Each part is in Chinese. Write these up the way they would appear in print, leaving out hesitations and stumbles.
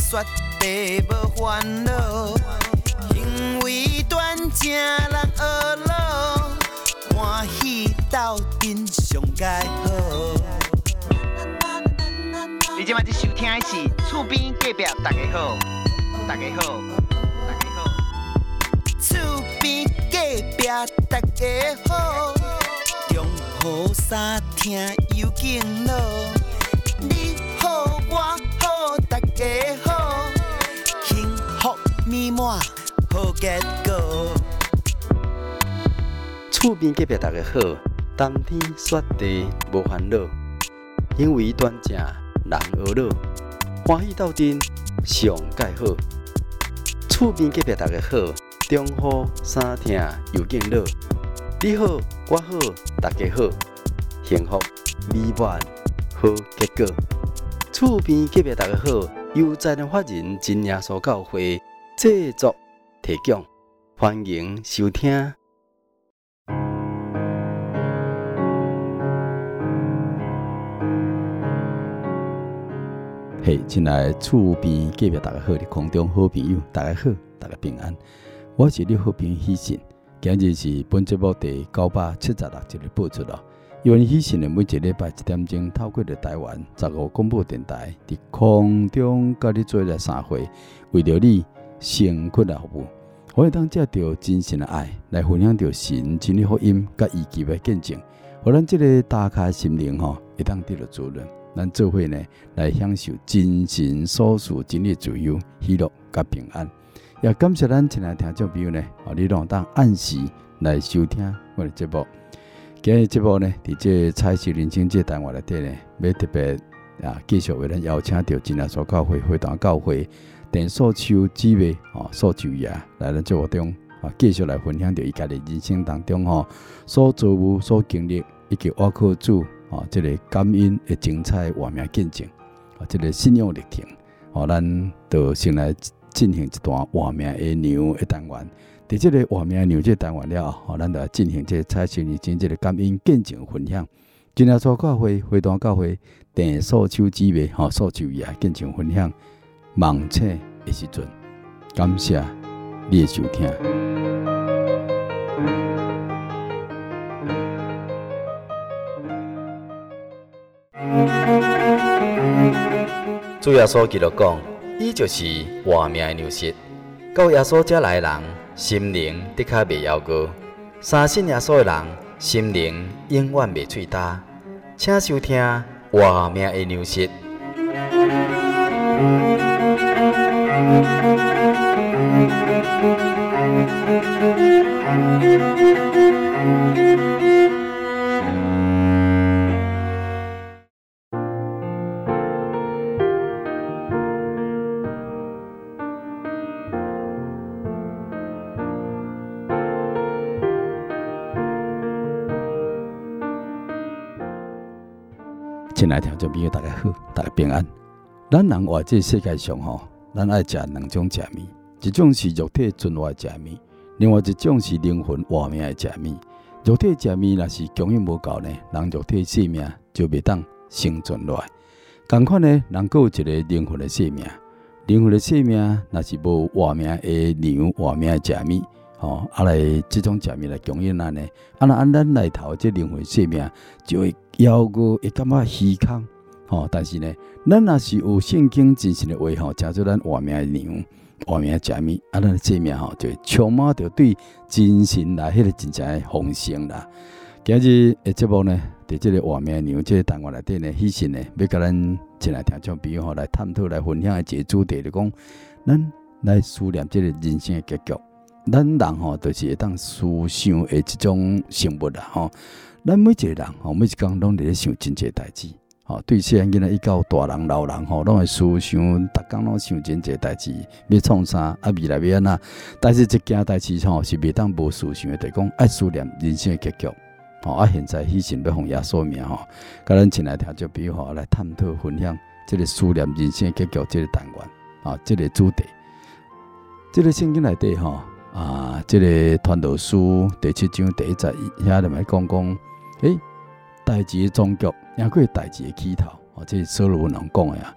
雪地无烦恼，行为端正人学老，欢喜斗阵上该好。你即摆在收听的是厝边隔壁大家好，大家好，大家好，厝边隔壁大家好，中好三听有敬老，你好我好大家好，幸福美满好结果。 厝边隔壁大家好，冬天雪地无烦恼，行为端正人学老，欢喜斗阵上介好。厝边隔壁大家好，中好三听有敬老，你好我好大家好，幸福美满好结果。厝边隔壁大家好，由在人法人真耶稣教会制作提供，欢迎收听。嘿，亲爱的厝边隔壁大家好，的空中好朋友大家好，大家平安。我是你好朋友喜信，今日是本节目第976集的播出了。因为喜信的每一个礼拜1点钟，透过台湾15广播电台，伫空中甲你做来3回，为着你辛苦来服务，我会当借着真心的爱来分享着神真理福音，甲伊奇的见证，互咱这个打开心灵会当得到滋润。咱做伙呢，来享受真神所赐真理自由、喜乐甲平安。也感谢咱亲爱听众朋友呢，你拢当按时来收听我的节目。今日节目呢，伫这彩色人生这单元内底呢，要特别继续为咱邀请到真耶稣教会会堂教会陈素秋姊妹素秋爷来咱节目中继续来分享着伊家己人生当中所遭遇、所经历，以及我靠主。这个感恩的精彩活命见证，这个信仰历程，咱就先来进行一段活命的牛的单元。在这个活命的牛这单元了后，咱就来进行这彩色人生这个感恩见证分享。真耶稣教会会堂教会陈素秋姊妹素秋爷见证分享，梦醒的时阵，感谢你的收听。主耶稣基督讲，伊就是活命的粮食。到耶稣这来的人，心灵的确袂夭糕；相信耶稣的人，心灵永远袂脆焦。请收听活命的粮食。亲爱的听众朋友，大家好，大家平安。咱人活在世界上咱爱食2种食物，一种是肉体存活的食物，另外一种是灵魂活命的食物。肉体食物若是供应无够呢，人肉体生命就袂当生存落来。同款呢，人还有一个灵魂的生命，灵魂的生命若是无活命的牛、活命的食物。来这种食物来供应咱呢，按咱来头这灵魂生命就会夭寿，会感觉虚空。但是呢，咱若是有圣经真实的话吃做咱活命的牛、活命的食物，咱的生命就会充满着对真神来迄个真正的丰盛啦。今日的节目呢，在这个活命的牛这个单元内底呢，喜信呢要甲咱进来听众朋友来探讨、来分享的一个主题，就讲咱来思念这个人生的结局。咱人就是会当思想的一种生物啦咱每一个人每一天拢在想真济代志对细汉囡仔一到大人老人拢会思想，逐天拢想真济代志，要创啥未来要安怎？但是一件代志是袂当无思想的，就是讲爱思念人生的结局现在喜信要奉耶稣名甲咱亲爱听众朋友来探讨分享这个思念人生的结局这个单元这个主题。这个圣经内底这个传道书第7章第1节遐就来讲，代志的终局，也佫是代志的起头。这是所罗门人讲的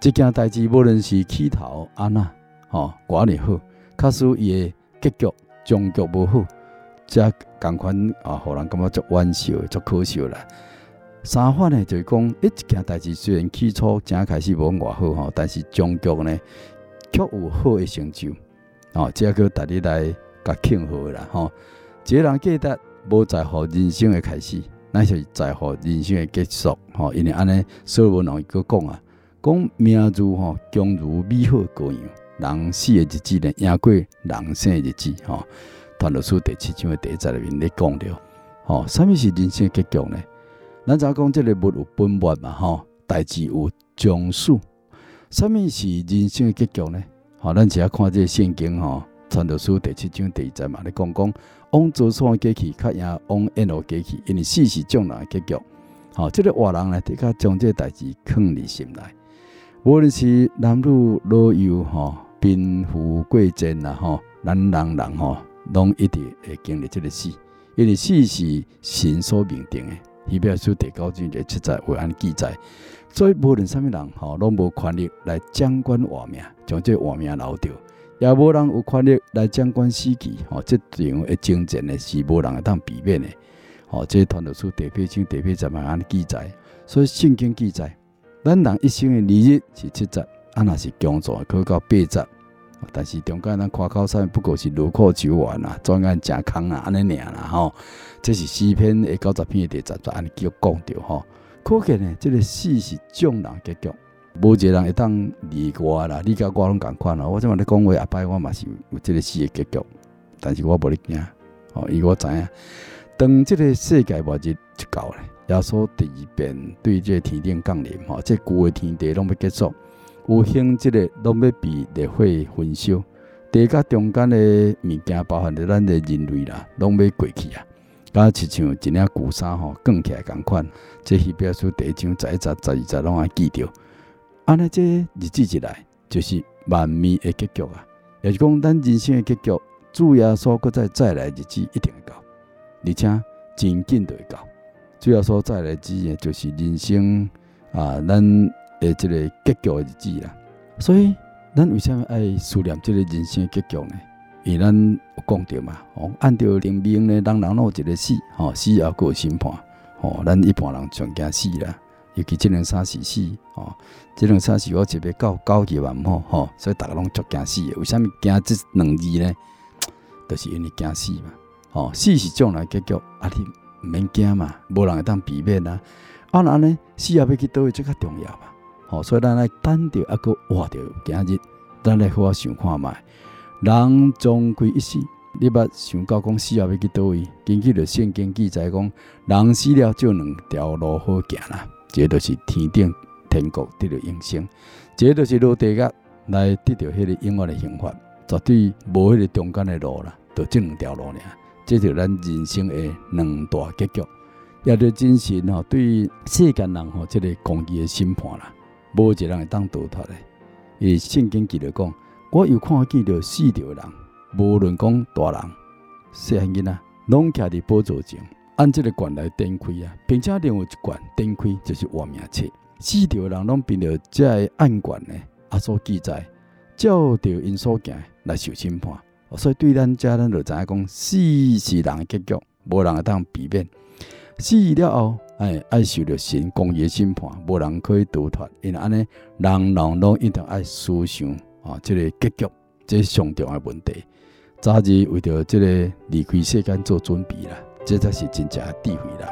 这件代志无论是起头安那，偌尔好，假使伊的结局终局无好，则共款互人感觉足惋惜、足可惜啦。相反呢，就是讲，一件代志虽然起初正开始无偌好但是终局呢，却有好的成就。这个大家来甲庆贺啦一个人记得无在乎人生的开始，乃是在乎人生的结束。因为安尼，所罗门王伊佫讲讲命如强如美好羔羊，人死的日子呢，赢过人生的日子。传道书第7章的第1节里面咧讲到，什么是人生的结局呢？咱知影讲，这个物有本末嘛，代志有终始。什么是人生的结局呢？咱只要看这个圣经传道书第7章第2节嘛，咧讲往做错的过去，较赢往演恶过去，因为死是众人的结局。这个活人呢，的确将这个代志放入心内。无论是男女老幼贫富贵贱啦咱人拢一定会经历这个死，因为死是神所命定的。希伯来书第9章第7节有安记载，所以无论什么人拢无权力来掌管活命，将这活命留着，也无人有权力来掌管死期。这场的征战呢，是无人会当避免的。这传道书第8章第8节嘛安记载，所以圣经记载，咱人一生的日子是7节，若是强壮可到8节，但是中间咱看口上不过是如苦求完啦，专案真空啦，安尼尔啦这是诗篇的90篇的第10节安尼叫讲到可见呢，这个死是众人结局，无一个人会当例外啦。你甲我拢同款我即马咧讲话，后摆我嘛是有这个死的结局，但是我无咧惊因为我知影。当这个世界末日就到了，耶稣第二遍对这个天顶降临这旧的天地拢要结束，有形这个拢要被烈火焚烧，地甲中间的物件，包含着咱的人类啦，拢要过去啊。敢亲像一领旧衫卷起来同款，这希伯来书第1章11节、12节拢爱记着。安尼这日子一来，就是万物的结局啊！也是讲咱人生的结局，主耶稣佫再来的日子一定会到。而且真紧就会到，主要所在来之呢，就是人生咱的这个结局的日子啦。所以，咱为什么爱思念这个人生的结局呢？因为咱有讲到嘛，按照灵命呢，人拢有一个死，死后佫有审判。咱一般人上惊死啦，尤其这两三是死，这两三是我一个高级嘛毋好，所以大家拢足惊死的。为什么惊这2字呢？就是因为惊死嘛。死是众人结局，你毋免惊嘛，无人会当避免啊。安尼死后要去倒位，这较重要嘛。所以咱来等着，佫活着今日，咱来好好想看觅。人终归一死，你捌想到讲死后要去倒位？根据着圣经记载讲，人死了就2条路好行啦，一个就是天顶天国得到永生，一个就是落地狱来得到迄个永远的刑罚，绝对无迄个中间的路啦，就这2条路尔。这就是咱人生的2大结局，也就真神对世间人这个公义的审判啦，无一个人会当逃脱的。因为圣经记着讲，我又看见着4条人，无论讲大人、细汉囡仔，拢徛伫宝座前，按这个罐来点开啊，并且另有一罐点开就是活命册。4条人拢凭着这个案卷呢，所记载，照着因所行来受审判。所以对咱就知影讲，死是人的结局，无人会当避免。死了后，爱受着神公义的审判，无人可以逃脱。因为安尼，人拢一定爱思想这个结局，这是上重要的问题。早日为着这个离开世间做准备啦，这才是真正的智慧人。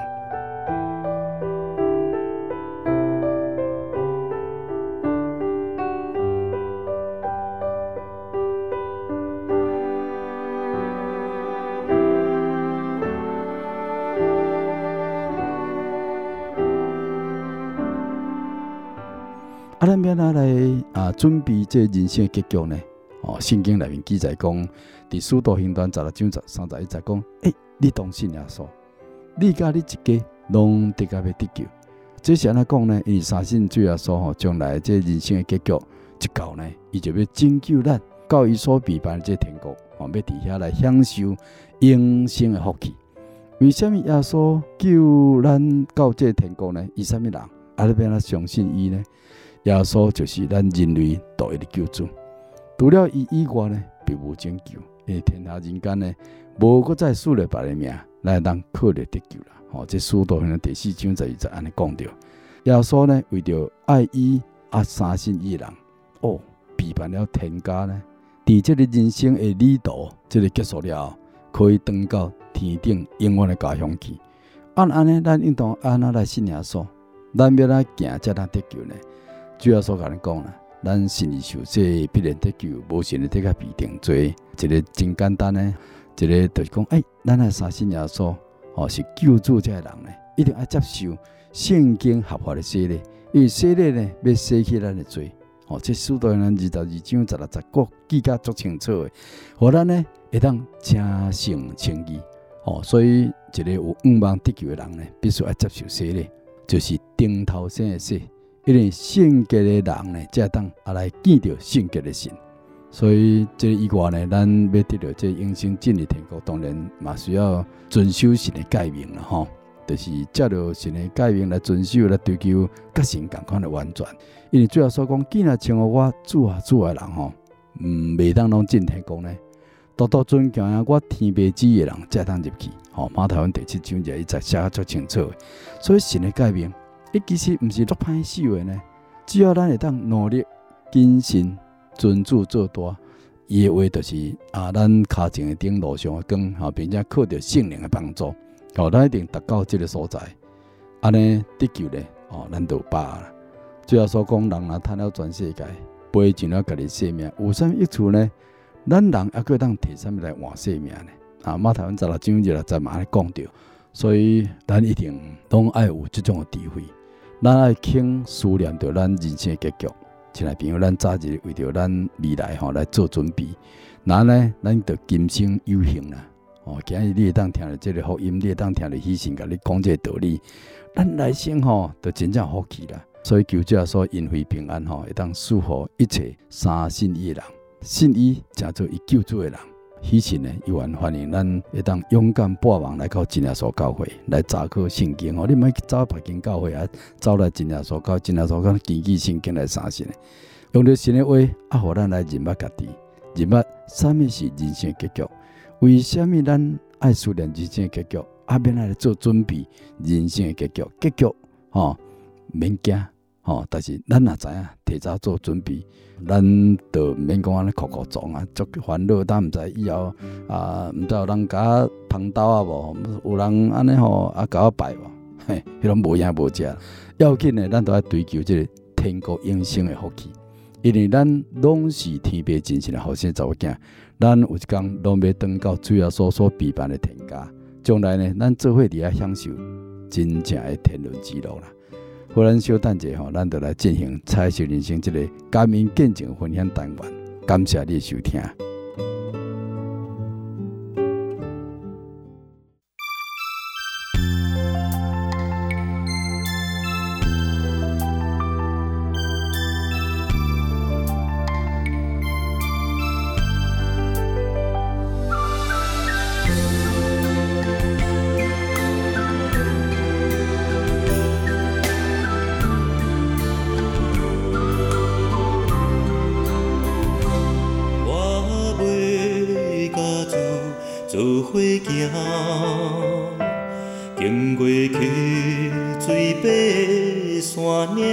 咱要哪来准备这人生的结局呢？圣经内面记载讲，伫使徒行传16章31节讲，你当信耶稣，你甲你一家拢得甲要得救。这是安怎讲呢？因为相信主耶稣将来这人生的结局一到呢，伊就要拯救咱到伊所备办的这天国，要伫遐来享受永生的福气。为什么耶稣救咱到这天国呢？伊什么人？要怎相信伊呢？ 耶稣就是咱人类独一的救主。除了伊以外呢，别无拯救。因为天下人间呢，无搁再赐了别的名来当靠着得救啦。这使徒行传第4章12节安尼讲着，耶稣呢为着爱伊三信伊的人，背叛了天家呢，伫这个人生的旅途，这个结束了后，可以登到天顶永远的家乡去。安尼，咱应当安那来信耶稣，咱要来行才能得救呢？主耶稣甲咱讲啦，咱信伊受洗必然得救，无信的得甲必定罪。一个真简单呢，一个就是讲，咱来相信耶稣，是救主这个人呢，一定要接受圣经合法的洗礼，因为洗礼呢要洗去咱的罪。这使徒行传22章16节记甲足清楚的，互咱呢会当正圣称义。所以一个有愿望得救的人呢，必须要接受洗礼，就是顶头生的洗。因为圣洁的人呢，才当来见到圣洁的神。所以这以外呢，咱要得到这永生进入天国，当然嘛需要遵守神的诫命啦，就是借着神的诫命来遵守，来追求甲神同款的完全。因为最后所讲，既然称呼我主啊主的人，袂当拢进天国呢，独独尊敬我天父子的人才当入去。马太福音第7章就一直写得足清楚的。所以神的诫命，其实毋是落歹守的呢，只要咱会当努力、谨慎、遵主做大，伊的话就是咱脚前的顶路上的光，并且靠着圣灵的帮助，咱一定达到这个所在。安尼得救呢，咱就有把握啦。最后所讲，人若贪了全世界，赔尽了家己性命，有啥益处呢？咱人还可以当摕啥物来换性命呢？马太福音16章16节嘛安尼讲着，所以咱一定拢爱有这种的智慧，咱爱轻思念着咱人生的结局。亲爱朋友，咱早日为着咱未来来做准备，那呢，咱就今生有幸啦。今日你会当听到这个福音，你会当听到喜神甲你讲这个道理，咱来生就真正福气啦。所以求主耶稣因为平安会当祝福一切相信伊的人，信伊成做伊救主的人。喜神呢，有缘欢迎咱会当勇敢跋网来到真耶稣教会来查考圣经。你莫去找别间教会走来真耶稣教，真耶稣教根据圣经来相信的。用着神的话，互咱来认捌家己，认捌什么是人生的结局，为什么咱爱思念人生的结局，免来做准备人生的结局。结局免惊，但是咱若知影提早做准备，咱就免讲安尼哭哭撞足烦恼。咱毋知以后毋知有人甲捧斗无，有人安尼甲我拜无，迄拢无影无食。要紧的，咱都要追求这个天国永生的福气，因为咱拢是天父真神的后生查某囝，咱有一天拢要登到主耶稣所陪伴的天家。将来呢，咱做伙伫遐享受真正的天伦之乐啦。好，咱小等者咱就来进行彩色人生这个感恩见证分享单元。感谢你的收听。 做伙行，经过溪水爬山岭，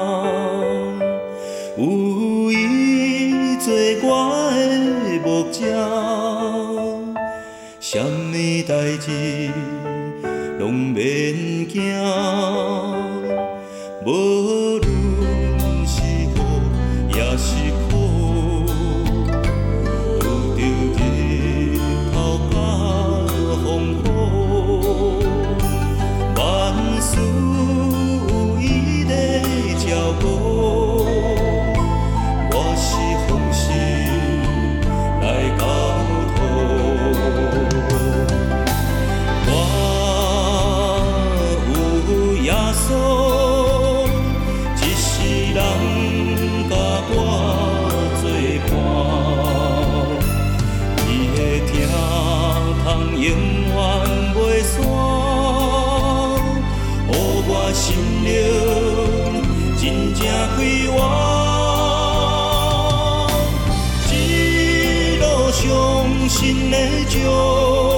有伊做我的牧者，什么代志拢免惊，无论是好也是苦。耶稣心的石。